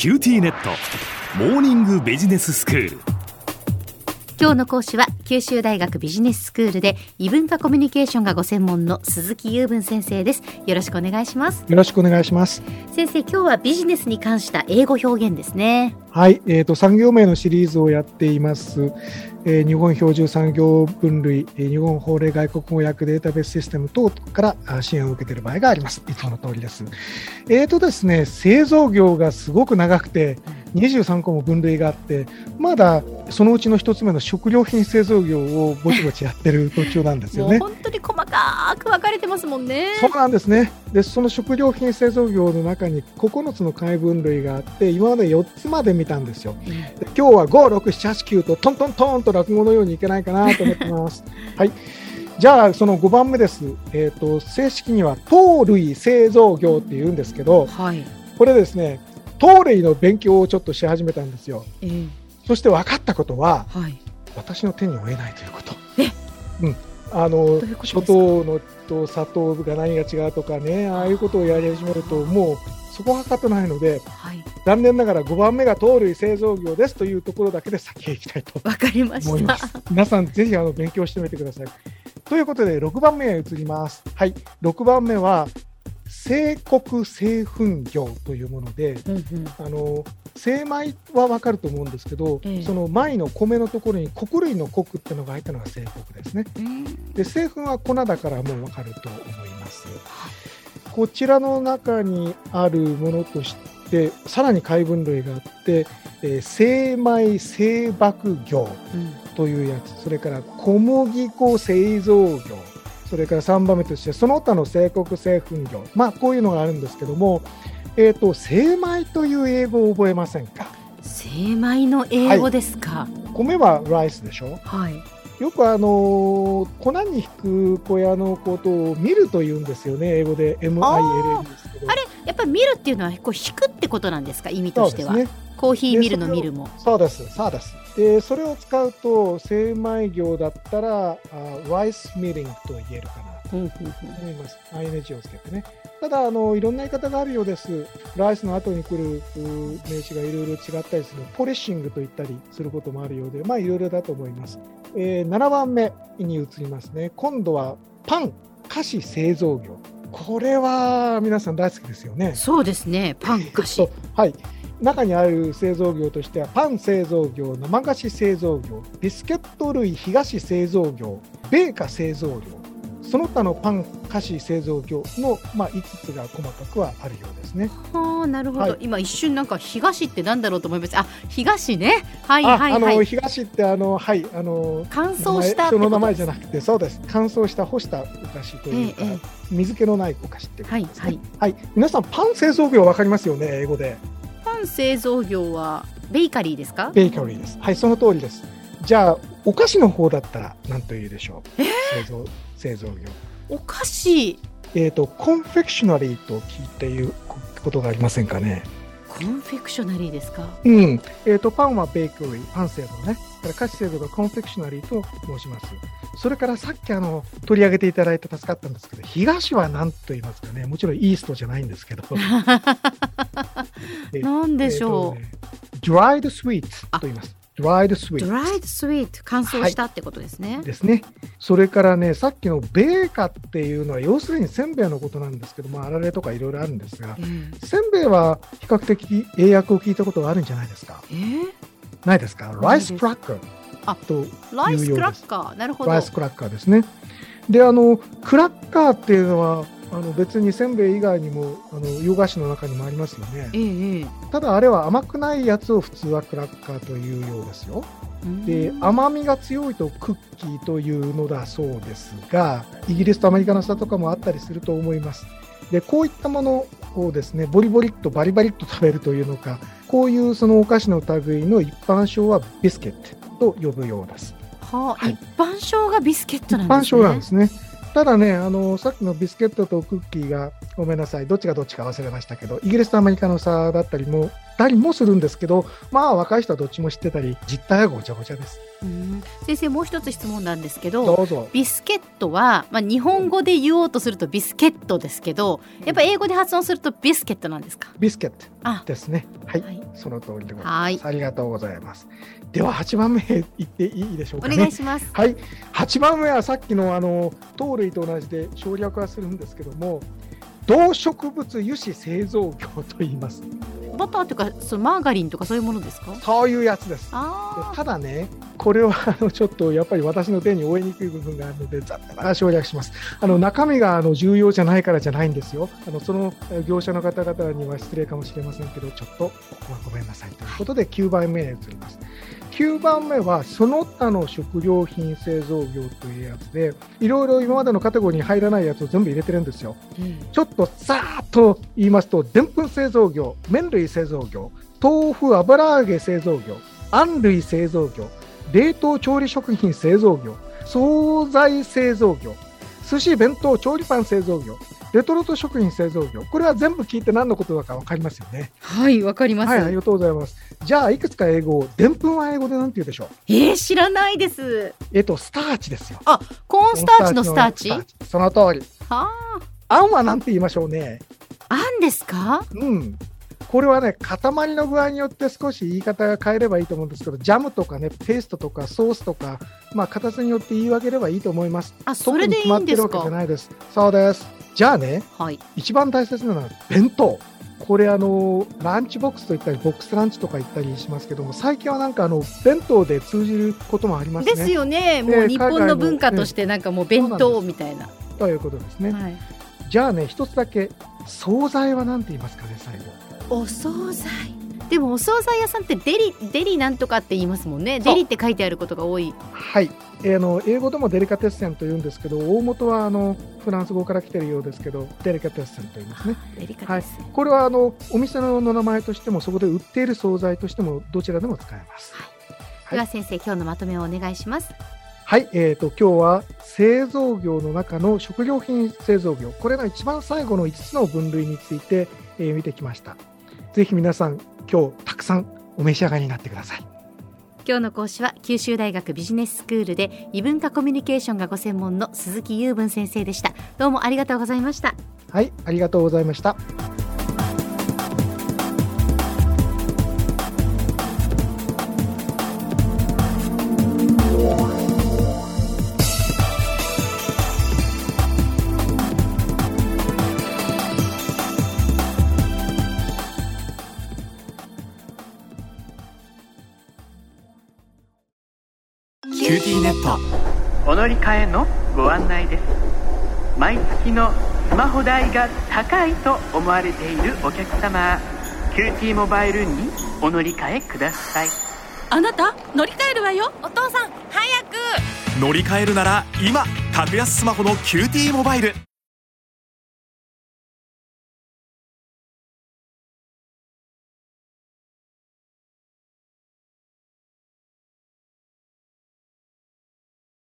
キューティーネットモーニングビジネススクール。 今日の講師は九州大学ビジネススクールで異文化コミュニケーションがご専門の鈴木雄文先生です。よろしくお願いします。 よろしくお願いします。 先生、今日はビジネスに関した英語表現ですね。 はい、産業名のシリーズをやっています、日本標準産業分類、日本法令外国語訳データベースシステム等から支援を受けている場合があります。いつもの通りです。ですね、製造業がすごく長くて23個も分類があって、まだそのうちの一つ目の食料品製造業をぼちぼちやってる途中なんですよね。 もう本当に細かく分かれてますもんね。 そうなんですね。で、その食料品製造業の中に9つの解分類があって、今まで4つまで見たんですよ。今日は5、6、7、8、9とトントントンと落語のようにいけないかなと思ってますはい、じゃあその5番目です。正式には糖類製造業っていうんですけど、 はい、 これですね、糖類の勉強をちょっとし始めたんですよ。そして分かったことは、はい、私の手に負えないということ。諸糖のと砂糖が何が違うとかね、ああいうことをやり始めるともうそこはかってないので、はい、残念ながら5番目が糖類製造業ですというところだけで先へ行きたいと思います。 わかりました。 皆さんぜひ勉強してみてください。ということで6番目へ移ります。はい、6番目は製穀製粉業というもので、精米は分かると思うんですけど、その米の米のところに穀類の穀っていうのが入ったのが製穀ですね。で、製粉は粉だからもう分かると思います。こちらの中にあるものとしてさらに解分類があって、精米製箔業というやつ、それから小麦粉製造業、それから3番目としてその他の製穀製粉業、こういうのがあるんですけども、精米という英語を覚えませんか？ 精米の英語ですか？ 米はライスでしょ。 はい、 よく粉にひく小屋のことをミルと言うんですよね、英語で MILL ですけど。 あれ、やっぱりミルっていうのはこうひくってことなんですか？意味としては。そうですね、コーヒーミルのミルも。そうです。 で、それを使うと精米業だったらライスミリングと言えるかなと思います。ING をつけてね。ただいろんな言い方があるようです。ライスの後に来る名詞がいろいろ違ったりする、ポリッシングと言ったりすることもあるようで、いろいろだと思います。7番目に移りますね。今度はパン菓子製造業。これは皆さん大好きですよね。 そうですね、パン菓子はい、中にある製造業としてはパン製造業、生菓子製造業、ビスケット類干菓子製造業、米菓製造業、その他のパン菓子製造業の、5つが細かくはあるようですね。 なるほど、はい、今一瞬なんか干菓子ってなんだろうと思いました。干菓子ね。はい。 干菓子って乾燥した人の名前じゃなくて、そうです。乾燥した干したお菓子というか、水気のないお菓子ってことですね。皆さんパン製造業わかりますよね、英語で。 パン製造業はベーカリーですか？ ベーカリーです。はい、その通りです。じゃあお菓子の方だったら何と言うでしょう？製造業。お菓子。 コンフェクショナリーと聞いていることがありませんかね。 コンフェクショナリーですか？ パンはベーカリー、パン製造ね。菓子製造がコンフェクショナリーと申します。それからさっき取り上げていただいて助かったんですけど、干菓子は何と言いますかね。もちろんイーストじゃないんですけど何でしょう。 ドライドスイーツと言います。ドライドスイート、乾燥したってことですね。 ですね。それからね、さっきの米菓っていうのは要するにせんべいのことなんですけど、あられとかいろいろあるんですが、せんべいは比較的英訳を聞いたことがあるんじゃないですか？ないですか？ライスクラッカーというようです。 ライスクラッカー、なるほど。 ライスクラッカーですね。で、クラッカーっていうのは別にせんべい以外にも洋菓子の中にもありますよね。ただあれは甘くないやつを普通はクラッカーというようですよ。で、甘みが強いとクッキーというのだそうですが、イギリスとアメリカの差とかもあったりすると思います。で、こういったものをですね、ボリボリっとバリバリっと食べるというのか、こういうそのお菓子の類の一般称はビスケットと呼ぶようです。 一般称がビスケットなんですね。 一般称なんですね。ただね、さっきのビスケットとクッキーが、ごめんなさい、どっちがどっちか忘れましたけど、イギリスとアメリカの差だったりもたりもするんですけど、まあ若い人はどっちも知ってたり、実態はごちゃごちゃです。 先生、もう一つ質問なんですけど、 どうぞ。 ビスケットは、日本語で言おうとするとビスケットですけど、やっぱ英語で発音するとビスケットなんですか？ ビスケットですね。はい、その通りでございます。ありがとうございます。では8番目いっていいでしょうかね。 お願いします。 はい、8番目はさっきの糖類と同じで省略はするんですけども、動植物油脂製造業と言います。 バターというかマーガリンとかそういうものですか？ そういうやつです。ただね、これはちょっとやっぱり私の手に負いにくい部分があるので、残念ながら省略します。中身が重要じゃないからじゃないんですよ。その業者の方々には失礼かもしれませんけど、ちょっとここはごめんなさいということで9番目へ移ります。9番目はその他の食料品製造業というやつで、いろいろ今までのカテゴリーに入らないやつを全部入れてるんですよ。ちょっとざーっと言いますと、でんぷん製造業、麺類製造業、豆腐油揚げ製造業、餡類製造業、冷凍調理食品製造業、惣菜製造業、寿司弁当調理パン製造業、レトルト食品製造業、これは全部聞いて何のことだか分かりますよね。 はい、分かります。 はい、ありがとうございます。じゃあいくつか英語を、でんぷんは英語で何て言うでしょう？ 知らないです。 スターチですよ。 コーンスターチのスターチ？ その通り。あんは何て言いましょうね。 あんですか？ これはね、塊の具合によって少し言い方が変えればいいと思うんですけど、ジャムとかね、ペーストとかソースとか、形によって言い分ければいいと思います。 それでいいんですか？ 特に決まってるわけじゃないです。そうです。じゃあね、一番大切なのは弁当。これランチボックスといったりボックスランチとか言ったりしますけども、最近はなんか弁当で通じることもありますね。 ですよね。もう日本の文化としてなんかもう弁当みたいな。 ということですね。じゃあね、一つだけ、惣菜は何て言いますかね、最後。 お惣菜。でもお惣菜屋さんってデリなんとかって言いますもんね。デリって書いてあることが多い。 はい。英語でもデリカテッセンと言うんですけど、大元はフランス語から来ているようですけど、デリカテッセンと言いますね。 デリカテッセン。 これはお店の名前としても、そこで売っている惣菜としてもどちらでも使えます。 では先生、今日のまとめをお願いします。 はい、今日は製造業の中の食料品製造業、これの一番最後の5つの分類について、見てきました。ぜひ皆さん、今日たくさんお召し上がりになってください。 今日の講師は九州大学ビジネススクールで異文化コミュニケーションがご専門の鈴木雄文先生でした。どうもありがとうございました。 はい、ありがとうございました。 キューティーネットお乗り換えのご案内です。毎月のスマホ代が高いと思われているお客様、キューティーモバイルにお乗り換えください。 あなた乗り換えるわよ。 お父さん早く。 乗り換えるなら今、格安スマホのキューティーモバイル。